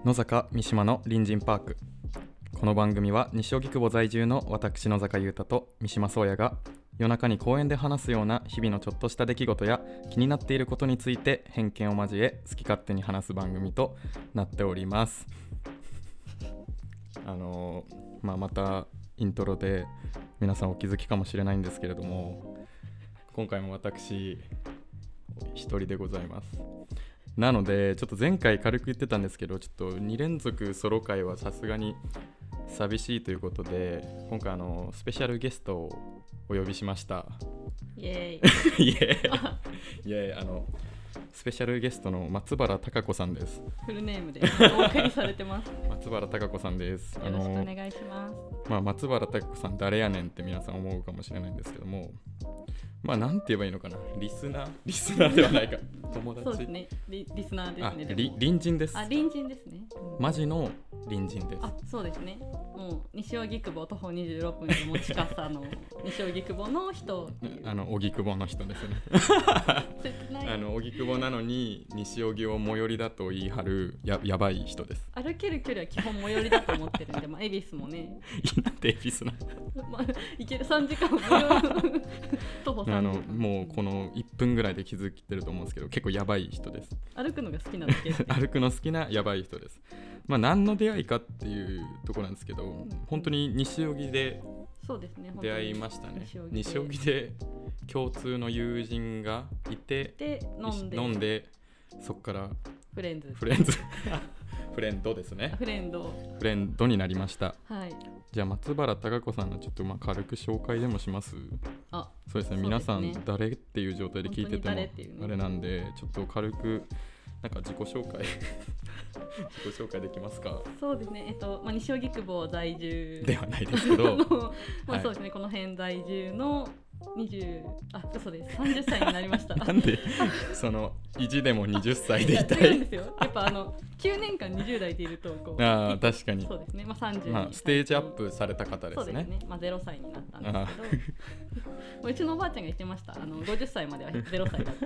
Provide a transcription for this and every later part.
野坂三島の隣人パーク。この番組は西荻窪在住の私野坂優太と三島宗也が夜中に公園で話すような日々のちょっとした出来事や気になっていることについて偏見を交え好き勝手に話す番組となっております。またイントロで皆さんお気づきかもしれないんですけれども、今回も私一人でございます。なのでちょっと前回軽く言ってたんですけど、ちょっと2連続ソロ回はさすがに寂しいということで、今回スペシャルゲストをお呼びしました。 イエーイイエーイイエーイ。スペシャルゲストの松原貴子さんです。 フルネームでお送りされてます。 松原貴子さんです。 よろしくお願いします。 松原貴子さん誰やねんって皆さん思うかもしれないんですけども、なんて言えばいいのかな、リスナーではないか友達。 そうですね、リスナーですね。 隣人です。 隣人ですね、 マジの隣人です。 そうですね。もう西荻窪徒歩26分でも近さの西荻窪の人っていう荻窪の人ですね。荻窪なのに西荻を最寄りだと言い張る やばい人です。 歩ける距離は基本最寄りだと思ってるんで、恵比寿もね。 なんで恵比寿なの？ 行ける3時間徒歩3時間。 もうこの1分ぐらいで気づいてると思うんですけど、結構やばい人です。 歩くのが好きなだけ歩くの好きなやばい人です。何の出会いかっていうところなんですけど、本当に西荻で出会いましたね。西荻で共通の友人がいて飲んで、そこからフレンドですね。フレンドになりました。 はい。 じゃあ松原貴子さんのちょっと軽く紹介でもします。そうですね。皆さん誰っていう状態で聞いててもあれなんで、ちょっと軽く自己紹介できますか？ そうですね。西荻窪在住ではないですけどそうですね、この辺在住の嘘です。30歳になりました。 なんで意地でも20歳でいたい？ 違うんですよ。やっぱ9年間20代でいると確かにそうですね。30 ステージアップされた方ですね。 そうですね。0歳になったんですけど、うちのおばあちゃんが言ってました。50歳までは0歳だって。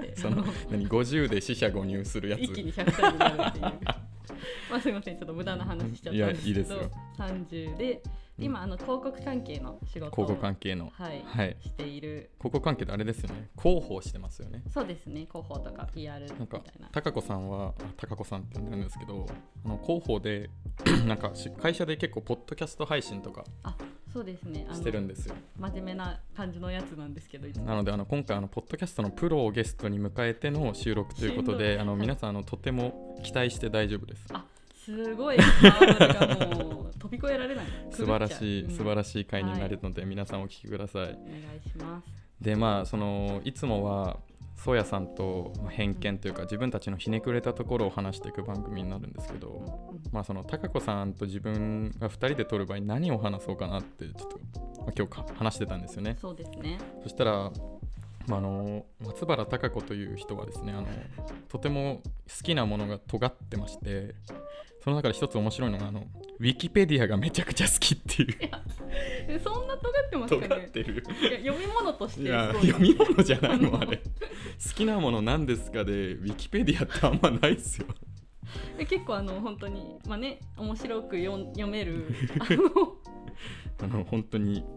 50で四捨五入するやつ。 一気に100歳になるっていう。すいません、ちょっと無駄な話しちゃったんですけど、 いいですよ。 30で今広告関係の仕事をしている。 広告関係であれですよね、広報してますよね。 そうですね、広報とか PR みたいな。 貴子さんは貴子さんって呼んでるんですけど、広報で会社で結構ポッドキャスト配信とかそうですね、 してるんですよ。 真面目な感じのやつなんですけど、 なので今回ポッドキャストのプロをゲストに迎えての収録ということで、皆さんとても期待して大丈夫です。 すごいハードルがもう飛び越えられない。 素晴らしい回になるので、皆さんお聞きください。お願いします。 でいつもは宗谷さんと偏見というか自分たちのひねくれたところを話していく番組になるんですけど、貴子さんと自分が2人で撮る場合何を話そうかなってちょっと今日話してたんですよね。 そうですね。 そしたら松原貴子という人はですね、とても好きなものが尖ってまして、その中で一つ面白いのがウィキペディアがめちゃくちゃ好きっていう。 そんな尖ってますかね？ 尖ってる。 読み物として読み物じゃないのあれ。好きなものなんですかでウィキペディアってあんまないっすよ。 結構本当に面白く読める本当に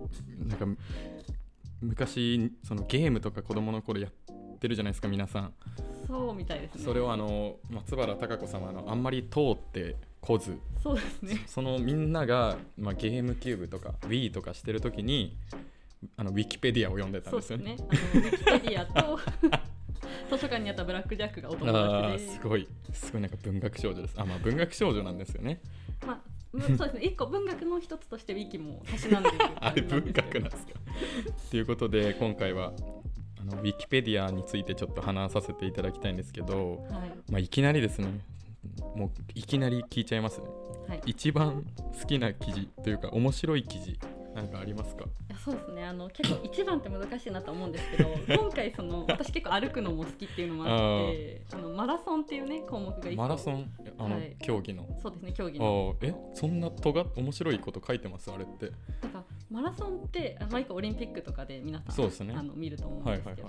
昔ゲームとか子供の頃やってるじゃないですか皆さん。 そうみたいですね。 それを松原貴子様あんまり通ってこず、 そうですね。 みんなが、ゲームキューブとか Wii とかしてる時にウィキペディアを読んでたんですよね。 そうですね。ウィキペディアと図書館にあったブラックジャックがお友達で。 すごい文学少女です。文学少女なんですよね。 そうですね。一個文学の一つとしてウィキもたしなんでいるあれ文学なんですか？ということで今回はウィキペディアについてちょっと話させていただきたいんですけど、いきなりですね、もういきなり聞いちゃいますね。一番好きな記事というか面白い記事なんかありますか？ そうですね、結構一番って難しいなと思うんですけど今回私結構歩くのも好きっていうのもあってマラソンっていうね項目がマラソン競技の。 そうですね、競技の。 そんな面白いこと書いてますあれって。 マラソンって毎回オリンピックとかで皆さん、 そうですね、 見ると思うんですけど、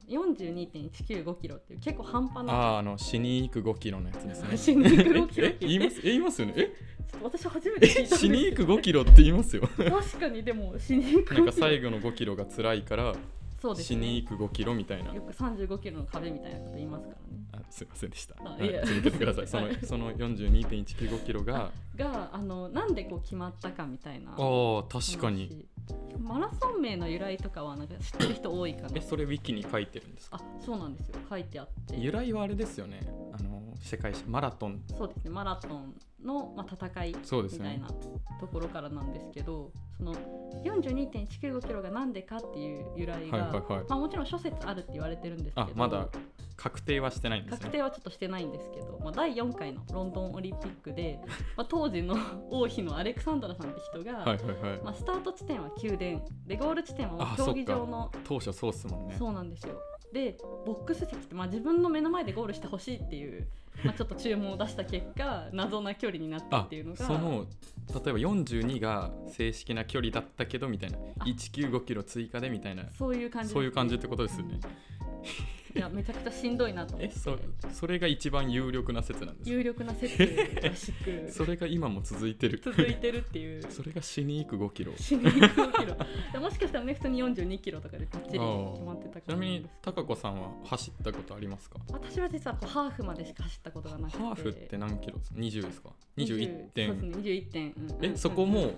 42.195 キロっていう結構半端な死に行く5キロのやつですね。 死に行く5キロって言いますよね。 ちょっと私初めて聞いたんですけど死に行く5キロって言いますよ。 確かにでも死に行く5キロなんか最後の5キロが辛いからそうです、 死に行く5キロみたいな。 よく35キロの壁みたいなこと言いますからね。 すいませんでした。 いや続けてください。その 42.195 キロがなんでこう決まったかみたいな。 確かに。 マラソン名の由来とかはなんか知ってる人多いかな。 それウィキに書いてるんですか？ そうなんですよ。書いてあって。 由来はあれですよね。世界史マラトン。 そうですね。マラトンの、戦いみたいなところからなんですけど、その 42.195 キロがなんでかっていう由来が、もちろん諸説あるって言われてるんですけど、 まだ確定はしてないんですね。 確定はちょっとしてないんですけど、第4回のロンドンオリンピックで、当時の王妃のアレクサンドラさんって人が、スタート地点は宮殿でゴール地点は競技場の当初そうっすもんね。 そうなんですよ。でボックス席って、自分の目の前でゴールしてほしいっていう、ちょっと注文を出した結果謎な距離になったっていうのが例えば42が正式な距離だったけどみたいな195キロ追加でみたいなそういう感じってことですよね。 いやめちゃくちゃしんどいなと思ってそれが一番有力な説なんですか？ 有力な説らしくそれが今も続いてるっていうそれが死に行く5キロ死に行く5キロもしかしたらね普通に42キロとかでバッチリ決まってたかちなみに高子さんは走ったことありますか？ 私は実はハーフまでしか走ったことがなくて。 ハーフって何キロですか？20ですか？21点。 そうですね21点、 そこも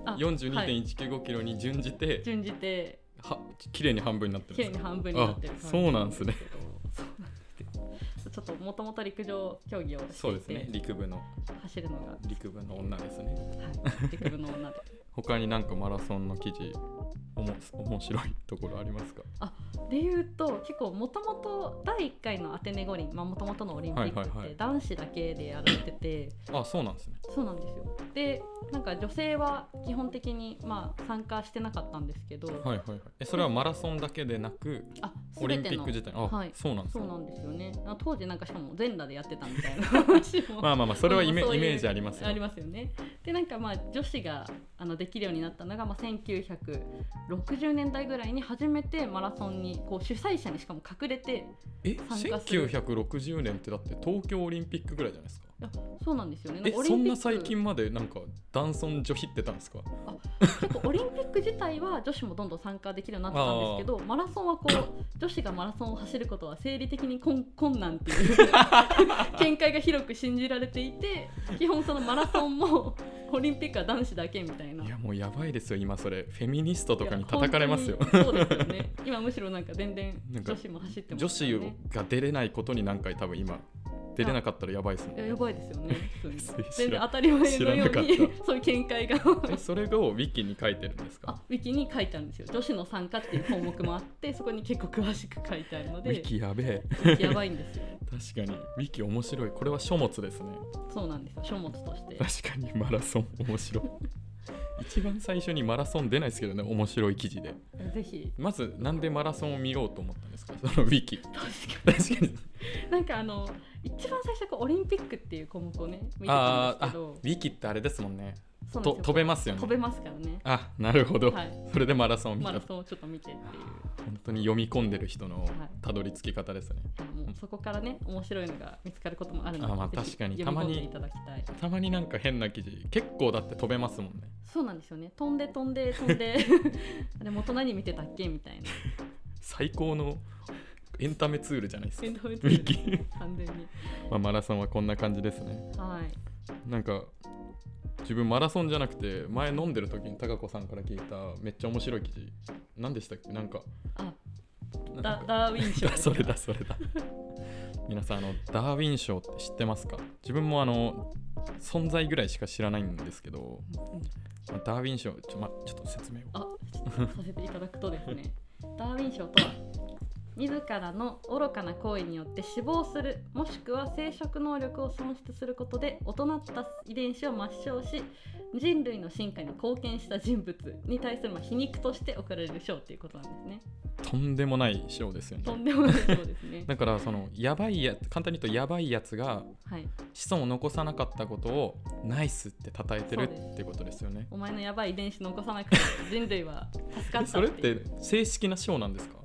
42.195 キロに準じて綺麗に半分になってるんですか？ 綺麗に半分になってる。 そうなんですね。 ちょっともともと陸上競技をしていて、 そうですね。陸部の走るのが陸部の女ですね。 陸部の女で他になんかマラソンの記事面白いところありますか？ で言うと結構もともと第1回のアテネ五輪もともとのオリンピックって男子だけでやられてて、 そうなんですね。 そうなんですよ。でなんか女性は基本的に参加してなかったんですけど、 それはマラソンだけでなくオリンピック自体そうなんですね。 そうなんですよね。当時なんかしかも全裸でやってたみたいな話もそれはイメージありますよ。 ありますよね。でなんか女子ができるようになったのが、1960年代ぐらいに初めてマラソンにこう主催者にしかも隠れて参加する。 1960年ってだって東京オリンピックぐらいじゃないですか。 そうなんですよね。 そんな最近までなんか男尊女卑ってたんですか？ 結構オリンピック自体は女子もどんどん参加できるようになってたんですけど、マラソンはこう女子がマラソンを走ることは生理的に困難っていう見解が広く信じられていて、基本そのマラソンもオリンピックは男子だけみたいな。 いやもうやばいですよ今それ。フェミニストとかに叩かれますよ。 そうですよね。今むしろなんか全然女子も走ってますからね。 女子が出れないことに何回多分今出れなかったらやばいですもんね。 やばいですよね。全然当たり前のようにそういう見解がそれをウィキに書いてるんですか？ ウィキに書いてあるんですよ。女子の参加っていう項目もあってそこに結構詳しく書いてあるので。 ウィキやべえ。 ウィキやばいんですよ。 確かにウィキ面白い。これは書物ですね。 そうなんですよ。書物として確かにマラソン面白い一番最初にマラソン出ないですけどね、面白い記事で。 ぜひまずなんでマラソンを見ようと思ったんですか？そのウィキ。確かになんか一番最初オリンピックっていう項目をね見てたんですけど、 ウィキってあれですもんね。 飛べますよね。 飛べますからね。 なるほど、それでマラソンを見た。 マラソンをちょっと見てっていう本当に読み込んでる人のたどり着き方ですね。 もうそこからね面白いのが見つかることもあるので、 確かに読み込んでいただきたい。 たまになんか変な記事結構だって飛べますもんね。 そうなんですよね。飛んであれ元何見てたっけみたいな最高のエンタメツールじゃないですか。 エンタメツール完全にマラソンはこんな感じですね。なんか自分マラソンじゃなくて前飲んでる時に高子さんから聞いためっちゃ面白い記事何でしたっけ？なんかダーウィン賞それだ皆さんダーウィン賞って知ってますか？自分も存在ぐらいしか知らないんですけど、ダーウィン賞ちょっと説明をさせていただくとですねダーウィン賞とは自らの愚かな行為によって死亡するもしくは生殖能力を損失することで大人った遺伝子を抹消し人類の進化に貢献した人物に対する皮肉として贈られる賞ということなんですね。 とんでもない賞ですよね。 とんでもない賞ですね。 だからやばい簡単に言うとやばいやつが子孫を残さなかったことをナイスって称えてるってことですよね。 お前のやばい遺伝子残さなくて人類は助かったっていうそれって正式な賞なんですか？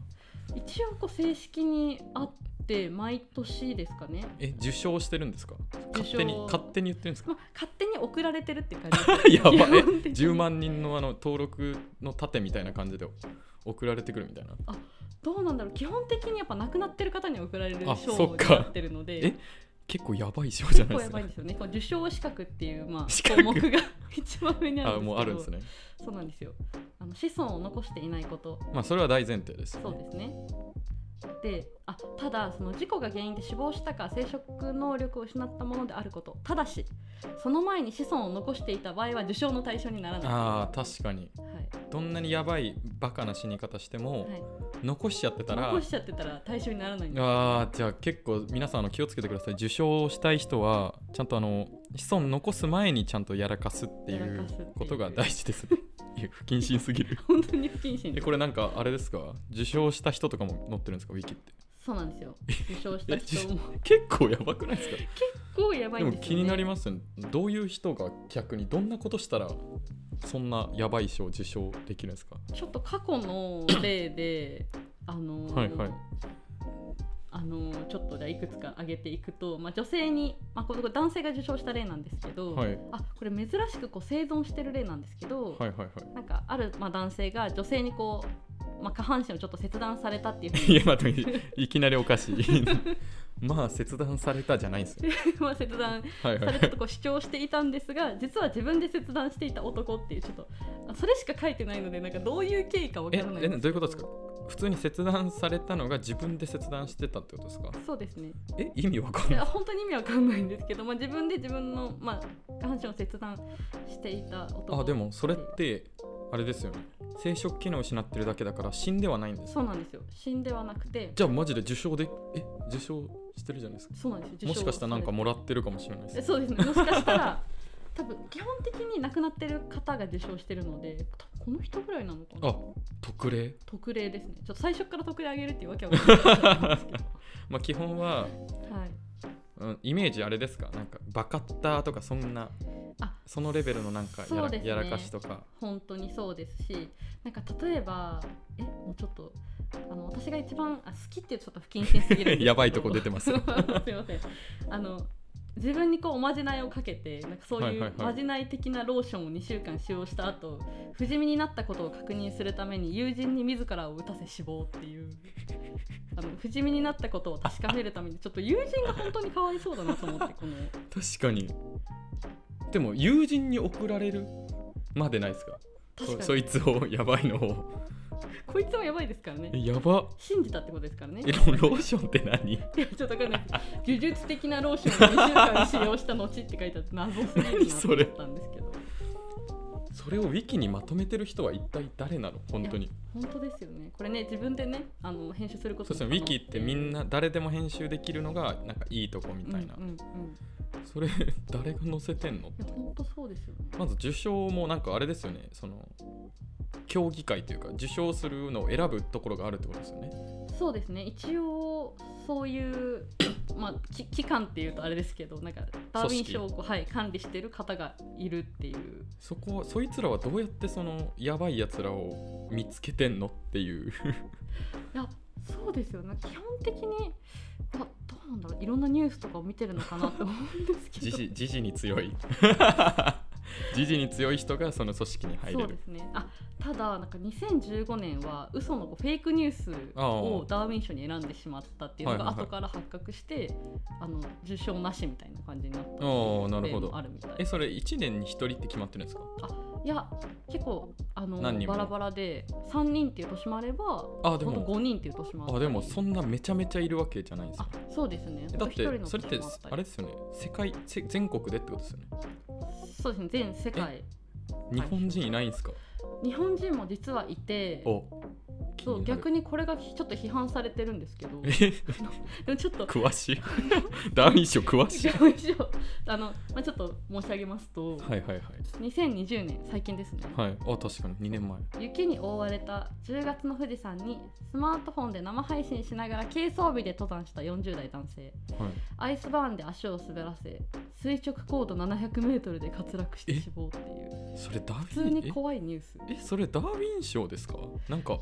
一応こう正式にあって毎年ですかね。 受賞してるんですか？勝手に言ってるんですか？ 勝手に送られてるって感じやばい。 基本的に 10万人の登録の盾みたいな感じで送られてくるみたいな。 どうなんだろう。基本的にやっぱ亡くなってる方に送られる賞そっかになってるので、 結構やばい賞じゃないですか。 結構やばいんですよね。こう受賞資格っていう、 資格項目が一番上にあるんですけど、 もうあるんですね。 そうなんですよ。子孫を残していないこと、 それは大前提です、ね。 そうですね。で、ただその事故が原因で死亡したか生殖能力を失ったものであること、ただしその前に子孫を残していた場合は受賞の対象にならない。 確かに、 はい、 どんなにやばいバカな死に方しても、残しちゃってたら対象にならないんです。 じゃあ結構皆さん気をつけてください。受賞したい人はちゃんと子孫残す前にちゃんとやらかすっていうことが大事ですね。不謹慎すぎる。 本当に不謹慎です。 これなんかあれですか、受賞した人とかも載ってるんですか、ウィキって。 そうなんですよ。受賞した人も結構やばくないですか？ 結構やばいんですよね。 でも気になりますよね。どういう人が逆にどんなことしたらそんなやばい賞を受賞できるんですか？ ちょっと過去の例ではいはい、 ちょっとじゃあいくつか挙げていくと、女性に、これ男性が受賞した例なんですけど、 はい、 これ珍しくこう生存してる例なんですけど、 はいはいはい、 なんかある、男性が女性にこう、下半身をちょっと切断されたっていういや待っていきなりおかしい切断されたじゃないんですよ切断されたとこ主張していたんですが、実は自分で切断していた男っていう、ちょっとそれしか書いてないので、なんかどういう経緯かわからないんですけど。 どういうことですか？普通に切断されたのが自分で切断してたってことですか？ そうですね。 意味わかんない。 本当に意味わかんないんですけど、自分で自分の、下半身を切断していた男。 でもそれってあれですよね、生殖機能を失ってるだけだから死んではないんです。 そうなんですよ。死んではなくて、 じゃあマジで受賞してるじゃないですか。 そうなんですよ。 もしかしたらなんかもらってるかもしれないです。 そうですね。もしかしたら多分基本的に亡くなってる方が受賞してるので、この人ぐらいなのかな。 特例ですね。ちょっと最初から特例あげるっていうわけは分からないんですけど基本は、イメージあれですか、なんかバカッターとかそんなそのレベルのなんかやらかしとか。 本当にそうですし、なんか例えばもうちょっと私が一番好きっていうとちょっと不謹慎すぎるんですけどやばいとこ出てますすいません。自分にこうおまじないをかけて、なんかそういうまじない的なローションを2週間使用した後、不死身になったことを確認するために友人に自らを撃たせ死亡っていう不死身になったことを確かめるために、ちょっと友人が本当にかわいそうだなと思って。 確かに。でも友人に送られるまでないですか？そいつをやばいのをこいつもやばいですからね。 やば。 信じたってことですからね。 ローションって何？ いやちょっと分かんない。呪術的なローションを2週間使用した後って書いてあって謎すぎるなと思ったんですけど。 それをウィキにまとめてる人は一体誰なの？本当に。 本当ですよね。これね、自分でね編集することも。 そうですね。ウィキってみんな誰でも編集できるのがなんかいいとこみたいな。それ誰が載せてんの？いや本当そうですよね。 まず受賞もなんかあれですよね。競技会というか受賞するのを選ぶところがあるってことですよね。 そうですね。一応そういう機関っていうとあれですけど、なんかダーウィン賞を管理している方がいるっていう。 そいつらはどうやってそのやばいやつらを見つけてんのっていう。いやそうですよね。基本的にどうなんだろう、いろんなニュースとかを見てるのかなと思うんですけど。 時事に強い。時事に強い人がその組織に入れる。 そうですね。ただなんか2015年は嘘のフェイクニュースをダーウィン賞に選んでしまったっていうのが後から発覚して、受賞なしみたいな感じになった例もあるみたい。 それ1年に1人って決まってるんですか？ いや結構バラバラで3人っていう年もあればでも 5人っていう年もあったり。 でもそんなめちゃめちゃいるわけじゃないんですよ。 そうですね。 だってそれってあれですよね、全国でってことですよね。 そうですね、全世界。 日本人いないんですか？ 日本人も実はいて、そう逆にこれがちょっと批判されてるんですけど。でもちょっと詳しい。ダーウィン賞詳しい。 ちょっと申し上げますと、2020年最近ですね。 確かに2年前。 雪に覆われた10月の富士山にスマートフォンで生配信しながら軽装備で登山した40代男性、アイスバーンで足を滑らせ垂直高度 700m で滑落して死亡っていう。 それダーウィン、 普通に怖いニュース。 それダーウィン賞ですか？なんか怪し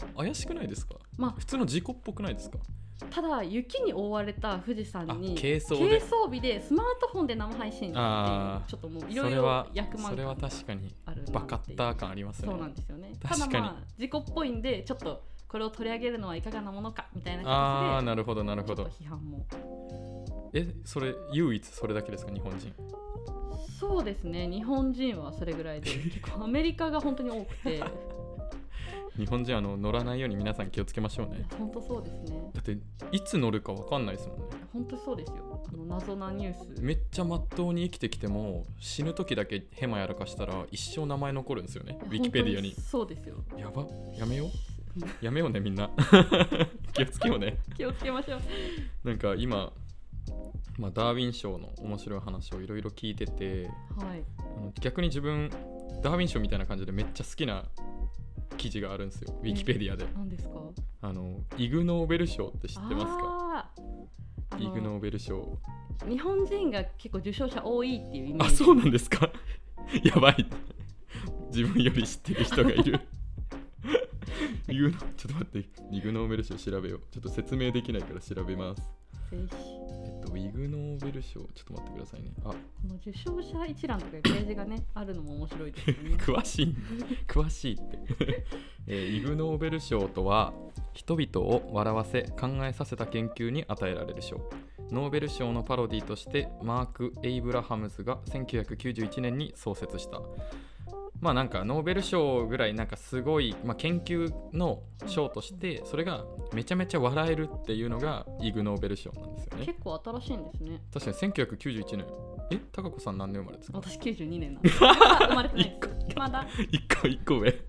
くないですか？ まあ普通の事故っぽくないですか？ ただ雪に覆われた富士山に軽装備でスマートフォンで生配信っていうちょっともういろいろ役満それは確かにあるバカッター感ありますね。 そうなんですよね。 確かにただまあ事故っぽいんでちょっとこれを取り上げるのはいかがなものかみたいな形でなるほどなるほど。 ちょっと批判もそれ唯一それだけですか？日本人。 そうですね、日本人はそれぐらいで結構アメリカが本当に多くて日本人乗らないように皆さん気をつけましょうね。 本当そうですね。 だっていつ乗るか分かんないですもんね。 本当そうですよ。謎なニュースめっちゃまっとうに生きてきても死ぬ時だけヘマやらかしたら一生名前残るんですよね、ウィキペディアに。 そうですよ。 やば、やめようやめようねみんな気をつけようね。 気をつけましょう。 なんか今、ダーウィン賞の面白い話をいろいろ聞いてて、 はい、 逆に自分ダーウィン賞みたいな感じでめっちゃ好きな記事があるんですよ、ウィキペディアで。 何ですか？ イグ・ノーベル賞って知ってますか？イグ・ノーベル賞、 日本人が結構受賞者多いっていうイメージ。 そうなんですか？やばい、自分より知ってる人がいるちょっと待って、イグ・ノーベル賞調べよう。ちょっと説明できないから調べます。イグ・ノーベル賞、ちょっと待ってくださいね。 この受賞者一覧とかいうページがねあるのも面白いですよね。 詳しいってイグ・ノーベル賞とは人々を笑わせ考えさせた研究に与えられる賞。ノーベル賞のパロディとしてマーク・エイブラハムズが1991年に創設した。なんかノーベル賞ぐらいなんかすごい、研究の賞としてそれがめちゃめちゃ笑えるっていうのがイグ・ノーベル賞なんですよね。 結構新しいんですね。 確かに1991年。高子さん何年生まれですか？ 私92年なんです。生まれてないです。まだ 1個上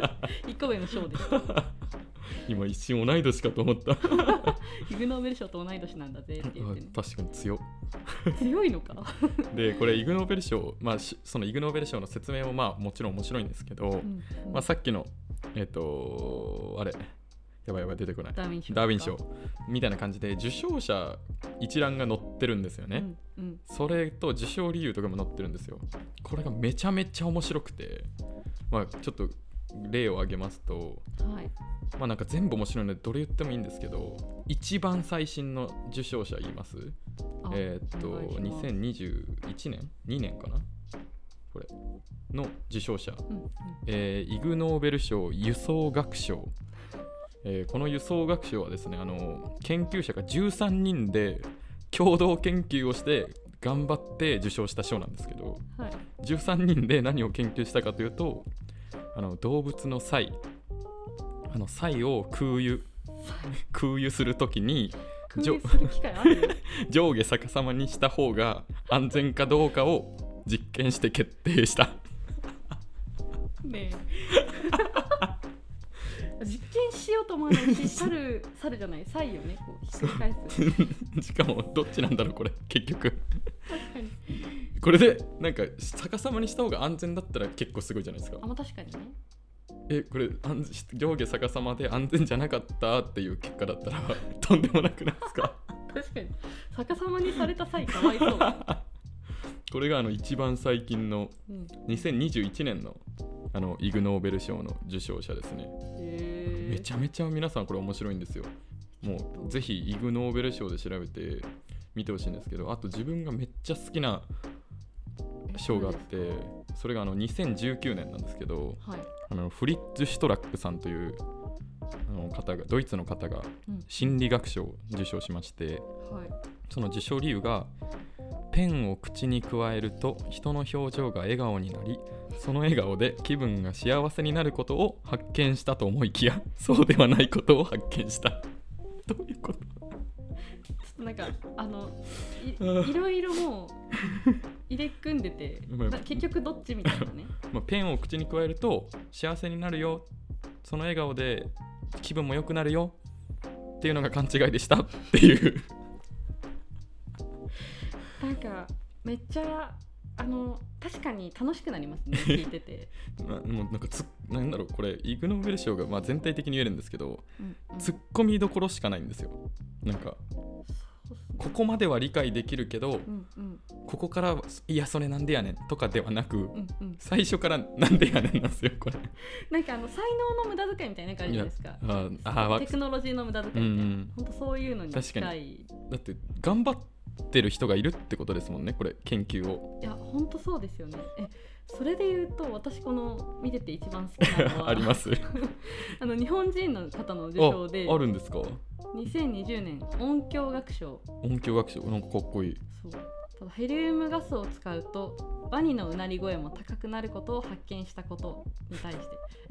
1個上の賞です。 今一瞬同い年かと思ったイグ・ノーベル賞と同い年なんだぜって言ってね。 確かに強いのかでこれイグ・ノーベル賞、そのイグ・ノーベル賞の説明ももちろん面白いんですけど、さっきのあれやばい出てこない、ダーウィン賞みたいな感じで受賞者一覧が載ってるんですよね、それと受賞理由とかも載ってるんですよ。これがめちゃめちゃ面白くて、ちょっと例を挙げますと、なんか全部面白いのでどれ言ってもいいんですけど、一番最新の受賞者言います。2021年2年かな、これの受賞者、イグ・ノーベル賞輸送学賞。この輸送学賞はですね、研究者が13人で共同研究をして頑張って受賞した賞なんですけど、13人で何を研究したかというと、動物の際を空輸するときに上下逆さまにした方が安全かどうかを実験して決定したねえ実験しようと思わないし、猿じゃない、サイをねこうひっくり返すしかもどっちなんだろうこれ結局。 確かにこれでなんか逆さまにした方が安全だったら結構すごいじゃないですか。 確かにね。 これ上下逆さまで安全じゃなかったっていう結果だったらとんでもなくないですか？ 確かに逆さまにされた際かわいそうこれが一番最近の2021年のイグ・ノーベル賞の受賞者ですね。めちゃめちゃ皆さんこれ面白いんですよ。もうぜひイグ・ノーベル賞で調べて見てほしいんですけど、あと自分がめっちゃ好きな賞があって、それが2019年なんですけど、フリッツ・シュトラックさんという方が、ドイツの方が心理学賞を受賞しまして、その受賞理由がペンを口にくわえると人の表情が笑顔になり、その笑顔で気分が幸せになることを発見したと思いきや、そうではないことを発見した。どういうこと？ ちょっとなんかいろいろもう入れ組んでて結局どっちみたいなねペンを口にくわえると幸せになるよ、その笑顔で気分も良くなるよっていうのが勘違いでしたっていうなんかめっちゃ確かに楽しくなりますね聞いててもうなんだろう、これイグ・ノーベル賞が全体的に言えるんですけど、ツッコミどころしかないんですよ。なんかここまでは理解できるけど、 うんうんここからいやそれなんでやねんとかではなく、 うんうん、 最初からなんでやねんなんですよこれ。 なんか才能の無駄遣いみたいなのがあるじゃないですか。テクノロジーの無駄遣いみたいな、 うんうん、 本当そういうのに近い。 だって頑張ってる人がいるってことですもんね、これ研究を。 いや本当そうですよね。それで言うと私この見てて一番好きなのはあります日本人の方の受賞で、 あるんですか。 2020年音響学賞。 音響学賞、なんかかっこいい。 そうただヘリウムガスを使うとワニのうなり声も高くなることを発見したことに対して、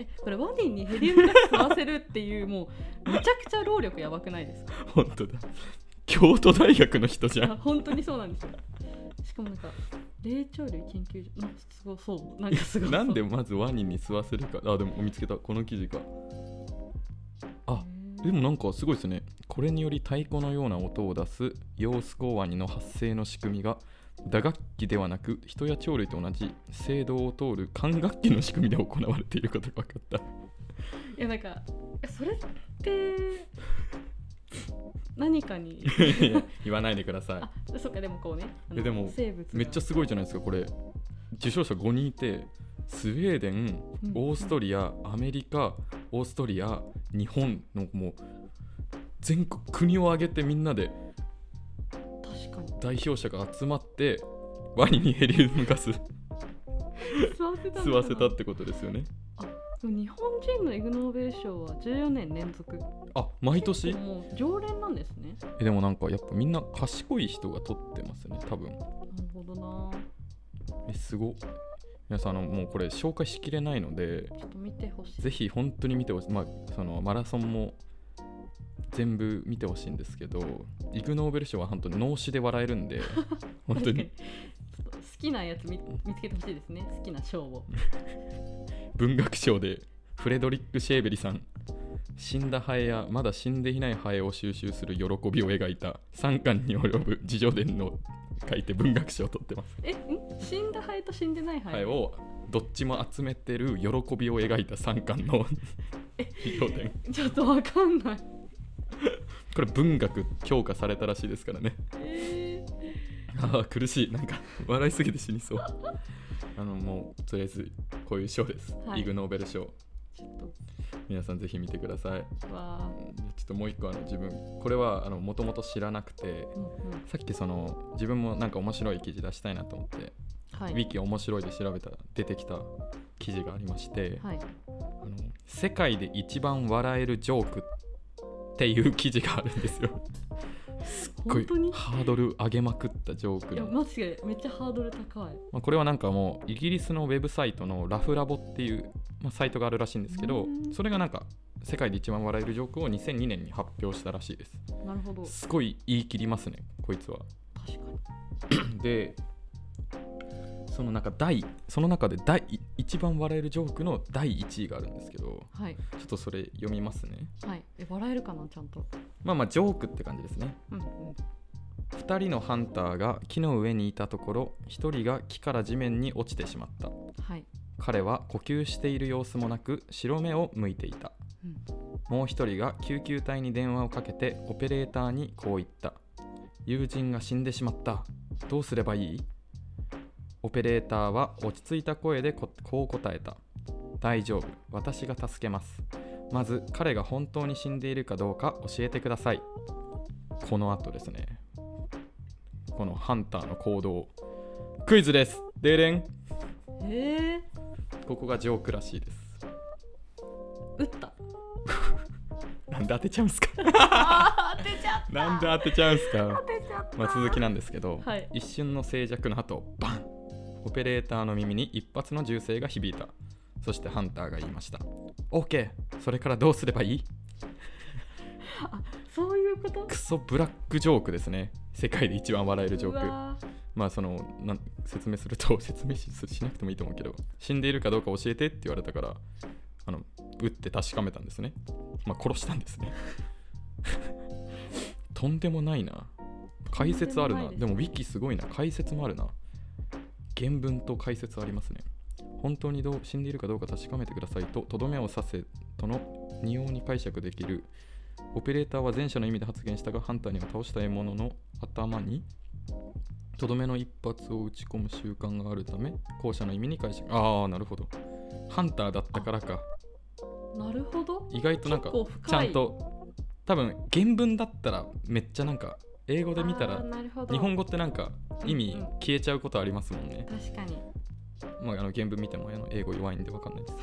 これワニにヘリウムガス吸わせるっていうもうめちゃくちゃ労力やばくないですか。 本当だ、京都大学の人じゃん。 本当にそうなんですよ。しかもなんか霊長類研究所、なんかすごそう、なんかすごそうなんでまずワニに吸わせるか。あ、でも見つけた、この記事か。あ、でもなんかすごいですね。これにより太鼓のような音を出すヨウスコウワニの発生の仕組みが打楽器ではなく人や鳥類と同じ声道を通る管楽器の仕組みで行われていることが分かった。 いやなんかそれって何かに言わないでください。 あ、そっか。でもこうね、 でも生物めっちゃすごいじゃないですかこれ。受賞者5人いて、スウェーデン、オーストリア、アメリカ、オーストリア、日本のもう全国国を挙げてみんなで確かに代表者が集まってワニにヘリウムガス吸わせたってことですよね。 でも日本人のイグ・ノーベル賞は14年連続。 あ、毎年。 もう常連なんですね。 でもなんかやっぱみんな賢い人が取ってますね多分。なるほどな。 すご。皆さんもうこれ紹介しきれないのでちょっと見てほしい。 ぜひ本当に見てほしい。そのマラソンも全部見てほしいんですけど、イグ・ノーベル賞は本当に脳死で笑えるんで本当にちょっと好きなやつ 見つけてほしいですね。好きな賞を文学賞でフレドリック・シェーベリさん、死んだハエやまだ死んでいないハエを収集する喜びを描いた3巻に及ぶ自叙伝の書いて文学賞を取ってます。 死んだハエと死んでないハエをどっちも集めてる喜びを描いた3巻の自叙伝。 ちょっとわかんないこれ文学評価されたらしいですからね。ああ苦しい、なんか笑いすぎて死にそう。もうとりあえずこういう賞です、はい、イグ・ノーベル賞。ちょっと皆さんぜひ見てください。 わちょっともう一個自分これはもともと知らなくて、さっき自分もなんか面白い記事出したいなと思って、はい、ウィキ面白いで調べたら出てきた記事がありまして、はい、世界で一番笑えるジョークっていう記事があるんですよ。すっごいハードル上げまくったジョークの。 いやマジでめっちゃハードル高い。 これはなんかもうイギリスのウェブサイトのラフラボっていう、サイトがあるらしいんですけど、それがなんか世界で一番笑えるジョークを2002年に発表したらしいです。 なるほど。 すごい言い切りますねこいつは。 確かに。 でその中で一番笑えるジョークの第1位があるんですけど、はい、ちょっとそれ読みますね。 はい、笑えるかなちゃんと。 ジョークって感じですね。2人のハンターが木の上にいたところ1人が木から地面に落ちてしまった、はい、彼は呼吸している様子もなく白目を向いていた、もう1人が救急隊に電話をかけてオペレーターにこう言った。友人が死んでしまった。どうすればいい？オペレーターは落ち着いた声でこう答えた。大丈夫、私が助けます。まず彼が本当に死んでいるかどうか教えてください。この後ですね、このハンターの行動クイズです。でれん。ここがジョークらしいです。 撃ったなんで当てちゃうんすか当てちゃった。 なんで当てちゃうんすか。 当てちゃった。 続きなんですけど、 はい、 一瞬の静寂の後バン、オペレーターの耳に一発の銃声が響いた。そしてハンターが言いました。 OK、 それからどうすればいい？ あ、そういうこと。 クソブラックジョークですね。世界で一番笑えるジョーク。説明すると説明 しなくてもいいと思うけど、死んでいるかどうか教えてって言われたから撃って確かめたんですね。殺したんですねとんでもないな。解説あるな。でもウィキすごいな。解説もあるな。原文と解説ありますね。本当に死んでいるかどうか確かめてくださいとどめを刺せとの2様に解釈できるオペレーターは前者の意味で発言したが、ハンターには倒した獲物の頭にとどめの一発を打ち込む習慣があるため、後者の意味に解釈。ああ、なるほど。ハンターだったからか。 なるほど。 意外となんか結構深いちゃんと多分原文だったらめっちゃなんか英語で見たら、 なるほど。 日本語ってなんか意味消えちゃうことありますもんね。 確かに。 まあ、原文見ても英語弱いんで分かんないです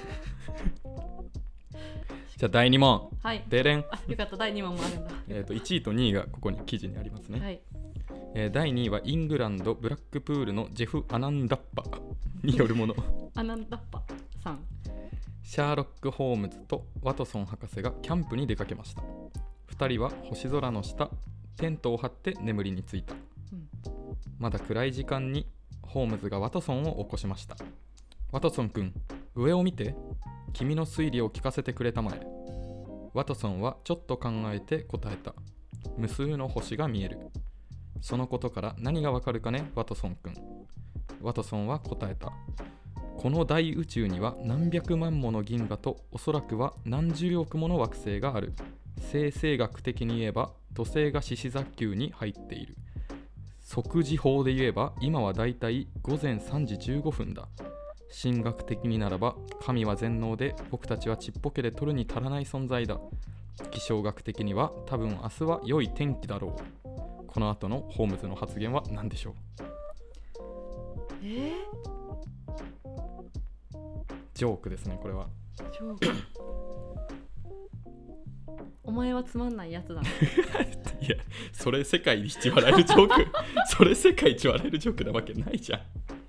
じゃあ第2問。 はい。 でれん。 よかった、第2問もあるんだ。 1位と2位がここに記事にありますね。 はい。 第2位はイングランドブラックプールのジェフ・アナンダッパによるものアナンダッパさん。 シャーロック・ホームズとワトソン博士がキャンプに出かけました。2人は星空の下、テントを張って眠りについた。まだ暗い時間にホームズがワトソンを起こしました。ワトソン君、上を見て。君の推理を聞かせてくれたまえ。ワトソンはちょっと考えて答えた。無数の星が見える。そのことから何がわかるかね、ワトソン君。ワトソンは答えた。この大宇宙には何百万もの銀河とおそらくは何十億もの惑星がある。生成学的に言えば土星が獅子座球に入っている。即時法で言えば今はだいたい午前3時15分だ。神学的にならば神は全能で僕たちはちっぽけで取るに足らない存在だ。気象学的には多分明日は良い天気だろう。この後のホームズの発言は何でしょう。ジョークですね、これは。 ジョーク。お前はつまんないやつだ。 いや、それ世界一笑えるジョークそれ世界一笑えるジョークなわけないじゃん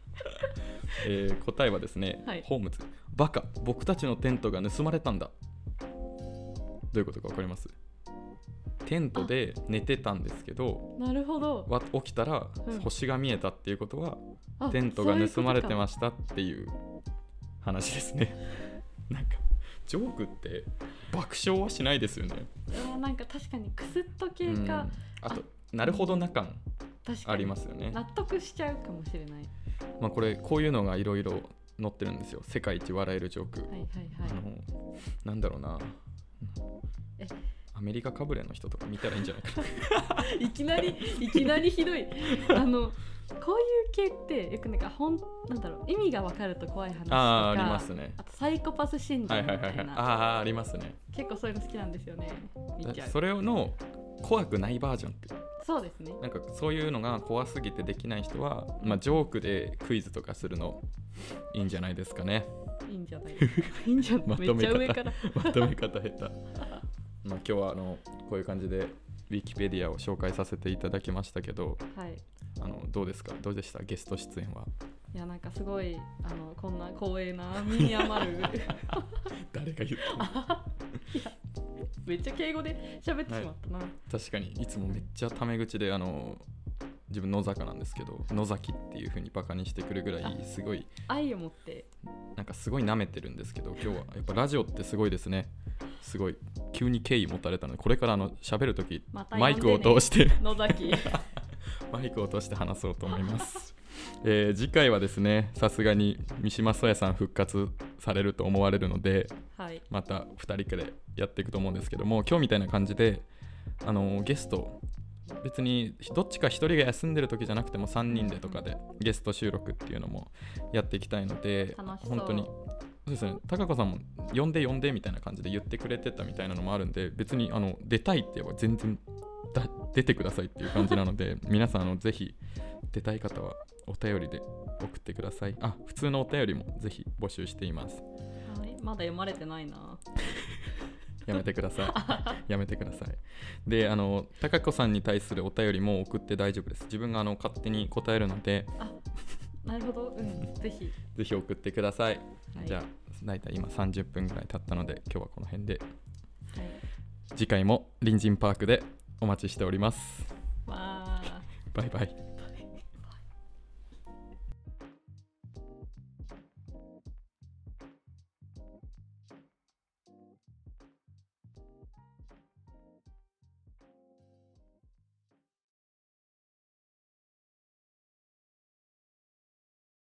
答えはですね、 はい、 ホームズ、バカ、僕たちのテントが盗まれたんだ。どういうことか分かります？テントで寝てたんですけど、 なるほど、 起きたら星が見えたっていうことは、テントがそういう盗まれてましたっていう話ですねなんかジョークって爆笑はしないですよね。 なんか確かにクスッと系か、 あとなるほどな感ありますよね。 納得しちゃうかもしれない。 まあこういうのがいろいろ載ってるんですよ。世界一笑えるジョーク。 はいはいはい。 なんだろうな、アメリカかぶれの人とか見たらいいんじゃないかないきなりひどい。こういう系ってよくなんだろう、意味が分かると怖い話とか、 ありますね。 あとサイコパス心理みたいな、ありますね。 結構そういうの好きなんですよね。見ちゃう。 それの怖くないバージョンって、 そうですね。 なんかそういうのが怖すぎてできない人は、まあ、ジョークでクイズとかするのいいんじゃないですかね。 いいんじゃないいいんじゃない。めっちゃ上からまとめ方下手まあ今日はこういう感じでウィキペディアを紹介させていただきましたけど、 はい、 どうですか、どうでしたゲスト出演は。 いや、なんかすごいこんな光栄な身に余る誰が言ったのいや、めっちゃ敬語で喋ってしまったな、 確かにいつもめっちゃタメ口で自分野坂なんですけど、野崎っていう風にバカにしてくるぐらいすごい愛を持ってなんかすごい舐めてるんですけど、今日はやっぱラジオってすごいですね。すごい急に敬意持たれたので、これから喋るとき、マイクを通して野崎マイクを通して話そうと思います次回はですね、さすがに三島宗也さん復活されると思われるので、 はい、 また2人でやっていくと思うんですけども、今日みたいな感じでゲスト別にどっちか1人が休んでる時じゃなくても3人でとかでゲスト収録っていうのもやっていきたいので、本当にそうですね、高子さんも呼んでみたいな感じで言ってくれてたみたいなのもあるんで、別に出たいって言えば全然出てくださいっていう感じなので皆さんぜひ出たい方はお便りで送ってください。普通のお便りもぜひ募集しています。 はい、まだ読まれてないなやめてくださいやめてください。で高子さんに対するお便りも送って大丈夫です。自分が勝手に答えるので。 なるほど、ぜひ送ってください、 はい、 じゃあ大体今30分ぐらい経ったので今日はこの辺で、 はい、 次回も隣人パークでお待ちしております。 わー、 バイバイ。